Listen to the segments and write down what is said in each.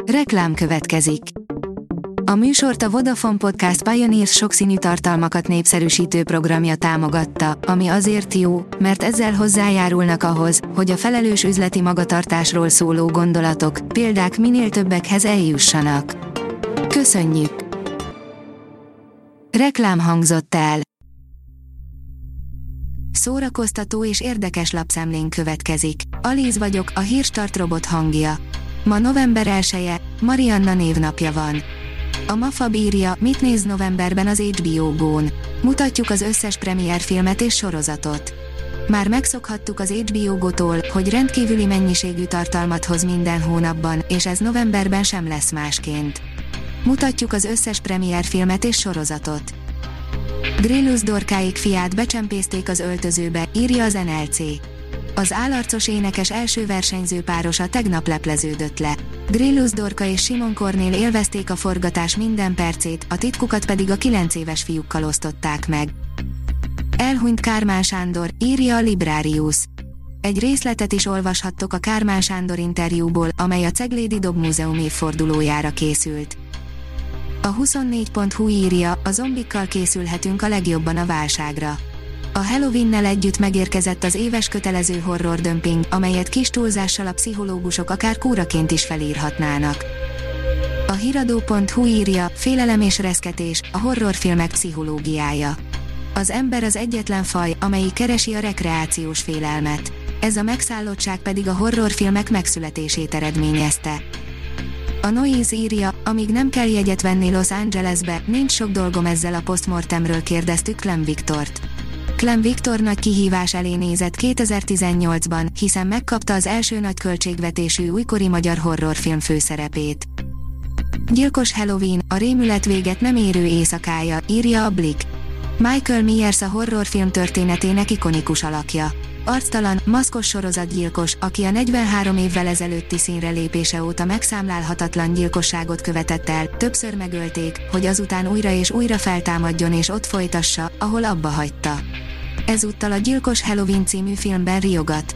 Reklám következik. A műsort a Vodafone Podcast Pioneers sokszínű tartalmakat népszerűsítő programja támogatta, ami azért jó, mert ezzel hozzájárulnak ahhoz, hogy a felelős üzleti magatartásról szóló gondolatok, példák minél többekhez eljussanak. Köszönjük! Reklám hangzott el. Szórakoztató és érdekes lapszemlén következik. Alíz vagyok, a Hírstart robot hangja. Ma november 1-e, Marianna névnapja van. A Mafab írja, mit néz novemberben az HBO Go-n. Mutatjuk az összes premier filmet és sorozatot. Már megszokhattuk az HBO Go-tól, hogy rendkívüli mennyiségű tartalmat hoz minden hónapban, és ez novemberben sem lesz másként. Mutatjuk az összes premier filmet és sorozatot. Grillus Dorkáik fiát becsempészték az öltözőbe, írja az NLC. Az állarcos énekes első versenyző párosa tegnap lepleződött le. Grillus Dorka és Simon Kornél élvezték a forgatás minden percét, a titkukat pedig a 9 éves fiúkkal osztották meg. Elhunyt Kármán Sándor, írja a Librarius. Egy részletet is olvashattok a Kármán Sándor interjúból, amely a Ceglédi Dobmúzeum évfordulójára készült. A 24.hu írja, a zombikkal készülhetünk a legjobban a válságra. A Halloweennel együtt megérkezett az éves kötelező horror dömping, amelyet kis túlzással a pszichológusok akár kúraként is felírhatnának. A hiradó.hu írja, félelem és reszketés, a horrorfilmek pszichológiája. Az ember az egyetlen faj, amelyik keresi a rekreációs félelmet. Ez a megszállottság pedig a horrorfilmek megszületését eredményezte. A Noise írja, amíg nem kell jegyet venni Los Angelesbe, nincs sok dolgom ezzel a postmortemről, kérdeztük Clem Viktort. Clem Viktor nagy kihívás elé nézett 2018-ban, hiszen megkapta az első nagy költségvetésű újkori magyar horrorfilm főszerepét. Gyilkos Halloween, a rémület véget nem érő éjszakája, írja a Blick. Michael Myers a horrorfilm történetének ikonikus alakja. Arctalan, maszkos sorozatgyilkos, aki a 43 évvel ezelőtti színre lépése óta megszámlálhatatlan gyilkosságot követett el, többször megölték, hogy azután újra és újra feltámadjon és ott folytassa, ahol abba hagyta. Ezúttal a Gyilkos Halloween című filmben riogat.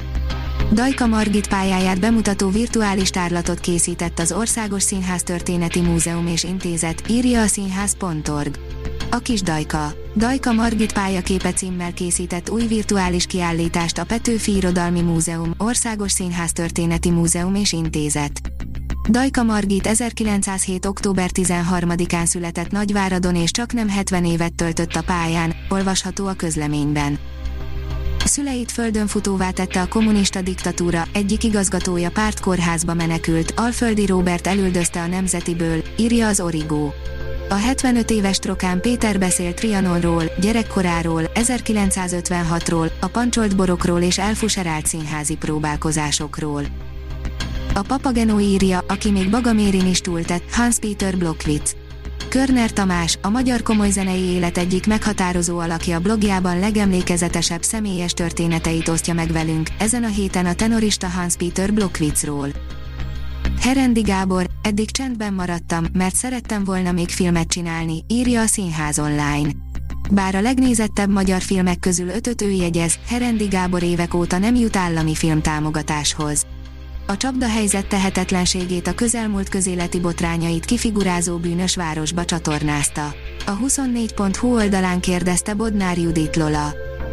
Dajka Margit pályáját bemutató virtuális tárlatot készített az Országos Színháztörténeti Múzeum és Intézet, írja a színház.org. A kis Dajka Margit pályaképe címmel készített új virtuális kiállítást a Petőfi Irodalmi Múzeum, Országos Színháztörténeti Múzeum és Intézet. Dajka Margit 1907. október 13-án született Nagyváradon és csaknem 70 évet töltött a pályán, olvasható a közleményben. Szüleit földönfutóvá tette a kommunista diktatúra, egyik igazgatója pártkórházba menekült, Alföldi Róbert elüldözte a Nemzetiből, írja az Origo. A 75 éves Trokán Péter beszél Trianonról, gyerekkoráról, 1956-ról, a pancsolt borokról és elfuserált színházi próbálkozásokról. A Papageno írja, aki még Bagamérin is túltett, Hans Peter Blockwitz. Körner Tamás, a magyar komolyzenei élet egyik meghatározó alakja, blogjában legemlékezetesebb személyes történeteit osztja meg velünk, ezen a héten a tenorista Hans Peter Blockwitzról. Herendi Gábor, eddig csendben maradtam, mert szerettem volna még filmet csinálni, írja a Színház Online. Bár a legnézettebb magyar filmek közül 5-öt ő jegyez, Herendi Gábor évek óta nem jut állami filmtámogatáshoz. A csapdahelyzet tehetetlenségét, a közelmúlt közéleti botrányait kifigurázó Bűnös városba csatornázta. A 24.hu oldalán kérdezte Bodnár Judit Lola.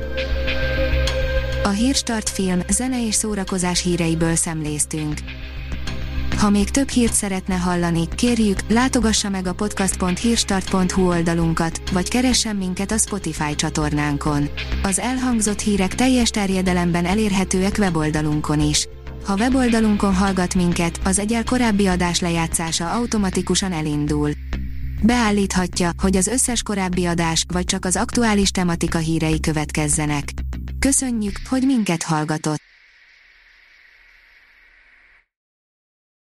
A Hírstart film, zene és szórakozás híreiből szemléztünk. Ha még több hírt szeretne hallani, kérjük, látogassa meg a podcast.hírstart.hu oldalunkat, vagy keressen minket a Spotify csatornánkon. Az elhangzott hírek teljes terjedelemben elérhetőek weboldalunkon is. Ha weboldalunkon hallgat minket, az egyel korábbi adás lejátszása automatikusan elindul. Beállíthatja, hogy az összes korábbi adás, vagy csak az aktuális tematika hírei következzenek. Köszönjük, hogy minket hallgatott!